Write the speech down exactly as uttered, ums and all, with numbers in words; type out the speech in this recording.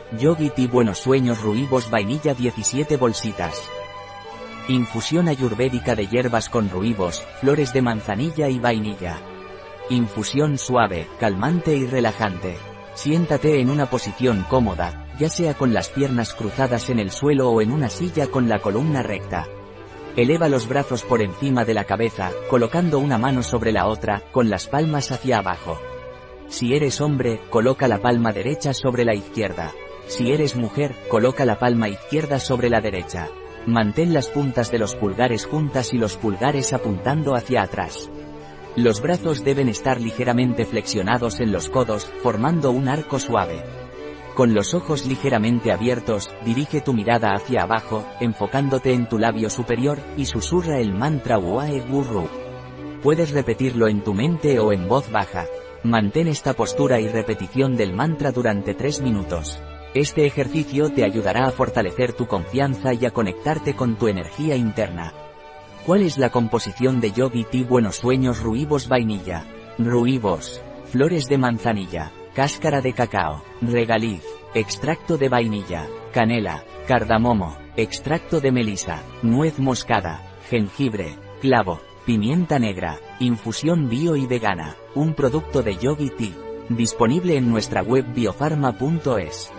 Yogi Tea Buenos Sueños Ruibos Vainilla diecisiete bolsitas. Infusión ayurvédica de hierbas con ruibos, flores de manzanilla y vainilla. Infusión suave, calmante y relajante. Siéntate en una posición cómoda, ya sea con las piernas cruzadas en el suelo o en una silla con la columna recta. Eleva los brazos por encima de la cabeza, colocando una mano sobre la otra, con las palmas hacia abajo. Si eres hombre, coloca la palma derecha sobre la izquierda. Si eres mujer, coloca la palma izquierda sobre la derecha. Mantén las puntas de los pulgares juntas y los pulgares apuntando hacia atrás. Los brazos deben estar ligeramente flexionados en los codos, formando un arco suave. Con los ojos ligeramente abiertos, dirige tu mirada hacia abajo, enfocándote en tu labio superior, y susurra el mantra Wae Guru. Puedes repetirlo en tu mente o en voz baja. Mantén esta postura y repetición del mantra durante tres minutos. Este ejercicio te ayudará a fortalecer tu confianza y a conectarte con tu energía interna. ¿Cuál es la composición de Yogi Tea Buenos Sueños Ruibos Vainilla? Ruibos, flores de manzanilla, cáscara de cacao, regaliz, extracto de vainilla, canela, cardamomo, extracto de melisa, nuez moscada, jengibre, clavo, pimienta negra, infusión bio y vegana, un producto de Yogi Tea. Disponible en nuestra web biofarma punto es.